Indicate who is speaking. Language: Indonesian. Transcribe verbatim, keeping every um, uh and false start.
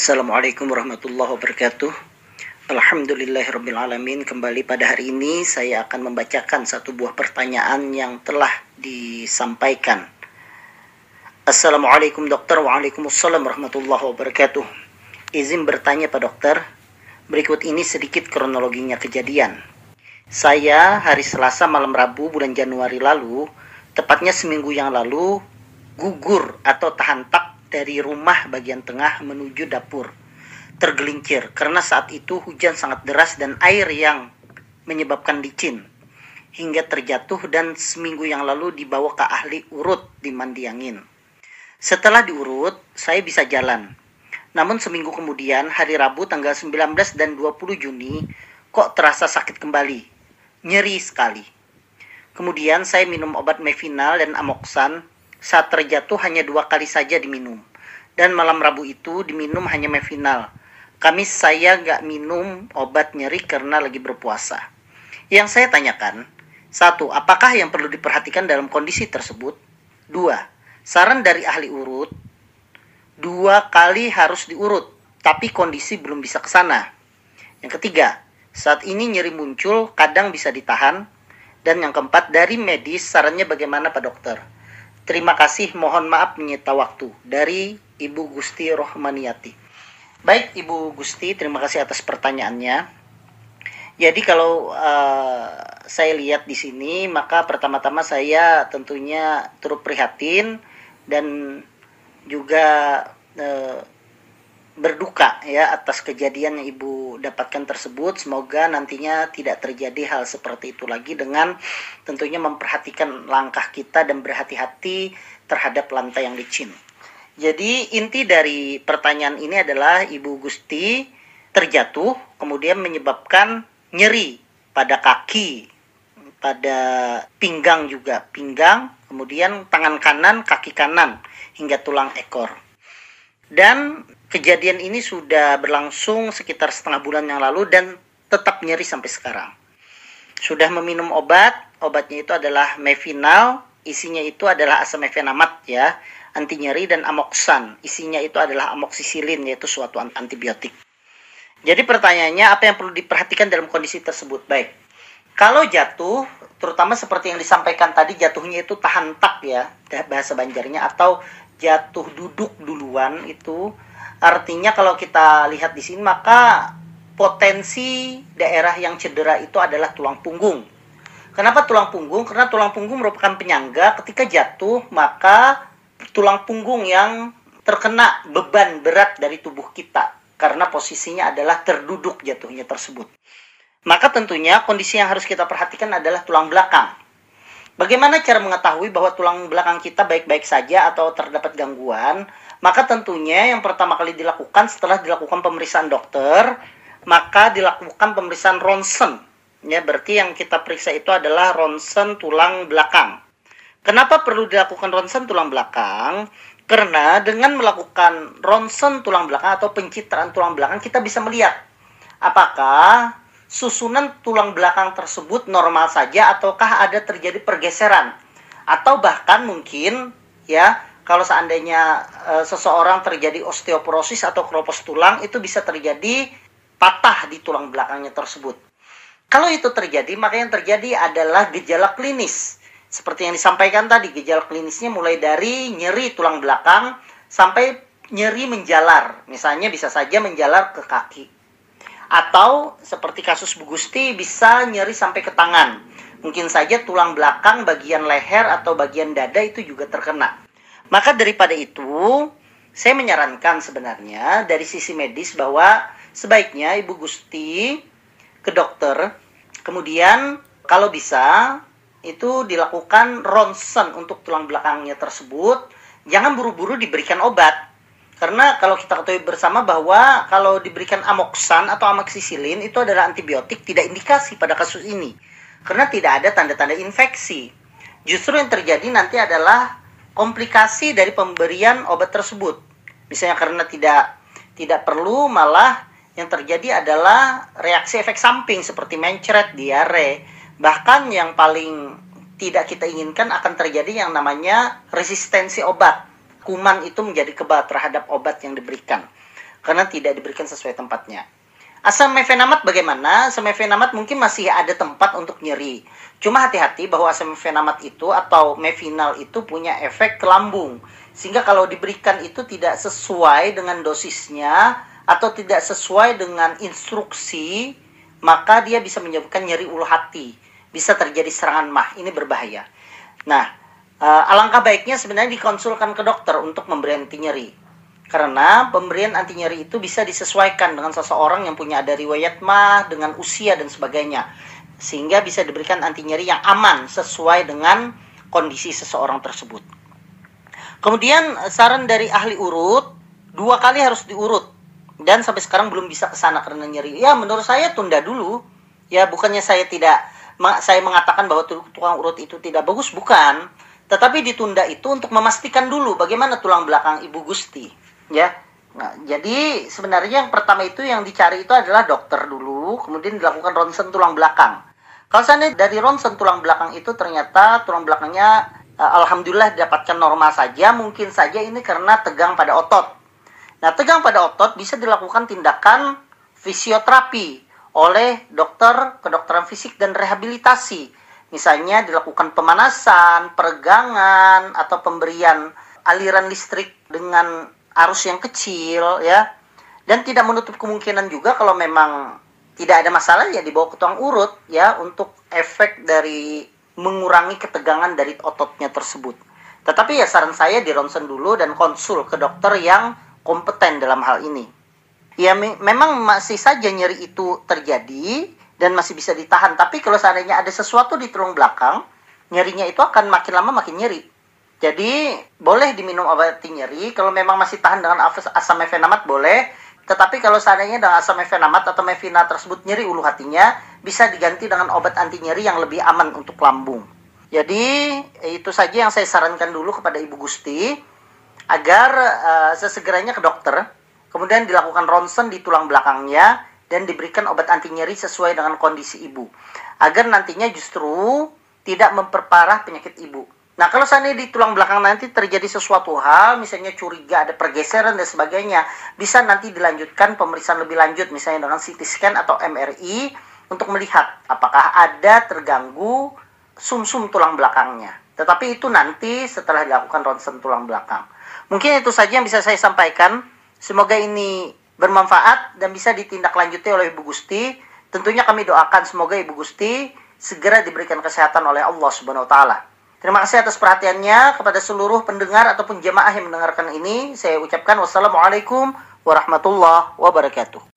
Speaker 1: Assalamualaikum warahmatullahi wabarakatuh. Alhamdulillahirrabbilalamin. Kembali pada hari ini saya akan membacakan satu buah pertanyaan yang telah disampaikan. Assalamualaikum dokter. Waalaikumsalam warahmatullahi wabarakatuh. Izin bertanya Pak Dokter, berikut ini sedikit kronologinya kejadian. Saya hari Selasa malam Rabu bulan Januari lalu, tepatnya seminggu yang lalu, gugur atau tahantak dari rumah bagian tengah menuju dapur. Tergelincir karena saat itu hujan sangat deras dan air yang menyebabkan licin. Hingga terjatuh dan seminggu yang lalu dibawa ke ahli urut di Mandiangin. Setelah diurut, saya bisa jalan. Namun seminggu kemudian, hari Rabu tanggal sembilan belas dan dua puluh Juni, kok terasa sakit kembali. Nyeri sekali. Kemudian saya minum obat Mevinal dan Amoxan. Saat terjatuh hanya dua kali saja diminum. Dan malam Rabu itu diminum hanya Mevinal. Kamis saya nggak minum obat nyeri karena lagi berpuasa. Yang saya tanyakan, satu, apakah yang perlu diperhatikan dalam kondisi tersebut? Dua, saran dari ahli urut, dua kali harus diurut, tapi kondisi belum bisa ke sana. Yang ketiga, saat ini nyeri muncul, kadang bisa ditahan. Dan yang keempat, dari medis, sarannya bagaimana Pak Dokter? Terima kasih, mohon maaf menyita waktu. Dari Ibu Gusti Rohmaniati. Baik Ibu Gusti, terima kasih atas pertanyaannya. Jadi kalau uh, saya lihat di sini, maka pertama-tama saya tentunya turut prihatin dan juga uh, berduka ya atas kejadian yang Ibu dapatkan tersebut. Semoga nantinya tidak terjadi hal seperti itu lagi dengan tentunya memperhatikan langkah kita dan berhati-hati terhadap lantai yang licin. Jadi inti dari pertanyaan ini adalah Ibu Gusti terjatuh kemudian menyebabkan nyeri pada kaki, pada pinggang juga, pinggang, kemudian tangan kanan, kaki kanan hingga tulang ekor. Dan kejadian ini sudah berlangsung sekitar setengah bulan yang lalu dan tetap nyeri sampai sekarang. Sudah meminum obat, obatnya itu adalah Mevinal, isinya itu adalah asam mefenamat ya, anti nyeri, dan Amoxan, isinya itu adalah amoksisilin, yaitu suatu antibiotik. Jadi pertanyaannya, apa yang perlu diperhatikan dalam kondisi tersebut? Baik, kalau jatuh, terutama seperti yang disampaikan tadi, jatuhnya itu tahantak ya, bahasa Banjarnya, atau jatuh duduk duluan, itu artinya kalau kita lihat di sini maka potensi daerah yang cedera itu adalah tulang punggung. Kenapa tulang punggung? Karena tulang punggung merupakan penyangga. Ketika jatuh maka tulang punggung yang terkena beban berat dari tubuh kita karena posisinya adalah terduduk jatuhnya tersebut. Maka tentunya kondisi yang harus kita perhatikan adalah tulang belakang. Bagaimana cara mengetahui bahwa tulang belakang kita baik-baik saja atau terdapat gangguan? Maka tentunya yang pertama kali dilakukan setelah dilakukan pemeriksaan dokter, maka dilakukan pemeriksaan ronsen. Ya, berarti yang kita periksa itu adalah ronsen tulang belakang. Kenapa perlu dilakukan ronsen tulang belakang? Karena dengan melakukan ronsen tulang belakang atau pencitraan tulang belakang, kita bisa melihat apakah susunan tulang belakang tersebut normal saja ataukah ada terjadi pergeseran, atau bahkan mungkin ya kalau seandainya e, seseorang terjadi osteoporosis atau keropos tulang, itu bisa terjadi patah di tulang belakangnya tersebut. Kalau itu terjadi, maka yang terjadi adalah gejala klinis seperti yang disampaikan tadi. Gejala klinisnya mulai dari nyeri tulang belakang sampai nyeri menjalar, misalnya bisa saja menjalar ke kaki. Atau seperti kasus Bu Gusti bisa nyeri sampai ke tangan. Mungkin saja tulang belakang bagian leher atau bagian dada itu juga terkena. Maka daripada itu, saya menyarankan sebenarnya dari sisi medis bahwa sebaiknya Ibu Gusti ke dokter. Kemudian kalau bisa itu dilakukan ronsen untuk tulang belakangnya tersebut. Jangan buru-buru diberikan obat. Karena kalau kita ketahui bersama bahwa kalau diberikan Amoxan atau amoksisilin itu adalah antibiotik, tidak indikasi pada kasus ini. Karena tidak ada tanda-tanda infeksi. Justru yang terjadi nanti adalah komplikasi dari pemberian obat tersebut. Misalnya karena tidak tidak perlu, malah yang terjadi adalah reaksi efek samping seperti mencret, diare. Bahkan yang paling tidak kita inginkan akan terjadi yang namanya resistensi obat. Kuman itu menjadi kebal terhadap obat yang diberikan. karena tidak diberikan sesuai tempatnya. Asam mefenamat bagaimana? Asam mefenamat mungkin masih ada tempat untuk nyeri. Cuma hati-hati bahwa asam mefenamat itu atau mefinal itu punya efek ke lambung. Sehingga kalau diberikan itu tidak sesuai dengan dosisnya atau tidak sesuai dengan instruksi, maka dia bisa menyebabkan nyeri ulu hati. Bisa terjadi serangan mah. Ini berbahaya. Nah, alangkah baiknya sebenarnya dikonsulkan ke dokter untuk memberi anti nyeri. Karena pemberian anti nyeri itu bisa disesuaikan dengan seseorang yang punya ada riwayat mah, dengan usia dan sebagainya. Sehingga bisa diberikan anti nyeri yang aman sesuai dengan kondisi seseorang tersebut. Kemudian saran dari ahli urut, dua kali harus diurut. Dan sampai sekarang belum bisa ke sana karena nyeri. Ya menurut saya tunda dulu. Ya bukannya saya tidak, saya mengatakan bahwa tukang urut itu tidak bagus, bukan. Tetapi ditunda itu untuk memastikan dulu bagaimana tulang belakang Ibu Gusti. Ya, nah, jadi sebenarnya yang pertama itu yang dicari itu adalah dokter dulu, kemudian dilakukan ronsen tulang belakang. Kalau seandainya dari ronsen tulang belakang itu ternyata tulang belakangnya uh, alhamdulillah didapatkan normal saja, mungkin saja ini karena tegang pada otot. Nah, tegang pada otot bisa dilakukan tindakan fisioterapi oleh dokter kedokteran fisik dan rehabilitasi. Misalnya dilakukan pemanasan, peregangan, atau pemberian aliran listrik dengan arus yang kecil, ya. Dan tidak menutup kemungkinan juga kalau memang tidak ada masalah ya dibawa ke tukang urut, ya, untuk efek dari mengurangi ketegangan dari ototnya tersebut. Tetapi ya saran saya di ronsen dulu dan konsul ke dokter yang kompeten dalam hal ini. Ya me memang masih saja nyeri itu terjadi dan masih bisa ditahan, tapi kalau seandainya ada sesuatu di tulang belakang, nyerinya itu akan makin lama makin nyeri. Jadi boleh diminum obat anti nyeri kalau memang masih tahan dengan asam mefenamat, boleh. Tetapi kalau seandainya dengan asam mefenamat atau mefina tersebut nyeri ulu hatinya, bisa diganti dengan obat anti nyeri yang lebih aman untuk lambung. Jadi itu saja yang saya sarankan dulu kepada Ibu Gusti, agar uh, sesegeranya ke dokter, kemudian dilakukan ronsen di tulang belakangnya dan diberikan obat anti nyeri sesuai dengan kondisi ibu, agar nantinya justru tidak memperparah penyakit ibu. Nah, kalau seandainya di tulang belakang nanti terjadi sesuatu hal, misalnya curiga ada pergeseran dan sebagainya, bisa nanti dilanjutkan pemeriksaan lebih lanjut, misalnya dengan C T scan atau M R I, untuk melihat apakah ada terganggu sumsum tulang belakangnya. Tetapi itu nanti setelah dilakukan ronsen tulang belakang. Mungkin itu saja yang bisa saya sampaikan. Semoga ini bermanfaat dan bisa ditindaklanjuti oleh Ibu Gusti. Tentunya kami doakan semoga Ibu Gusti segera diberikan kesehatan oleh Allah Subhanahu wa taala. Terima kasih atas perhatiannya kepada seluruh pendengar ataupun jemaah yang mendengarkan ini. Saya ucapkan wassalamualaikum warahmatullahi wabarakatuh.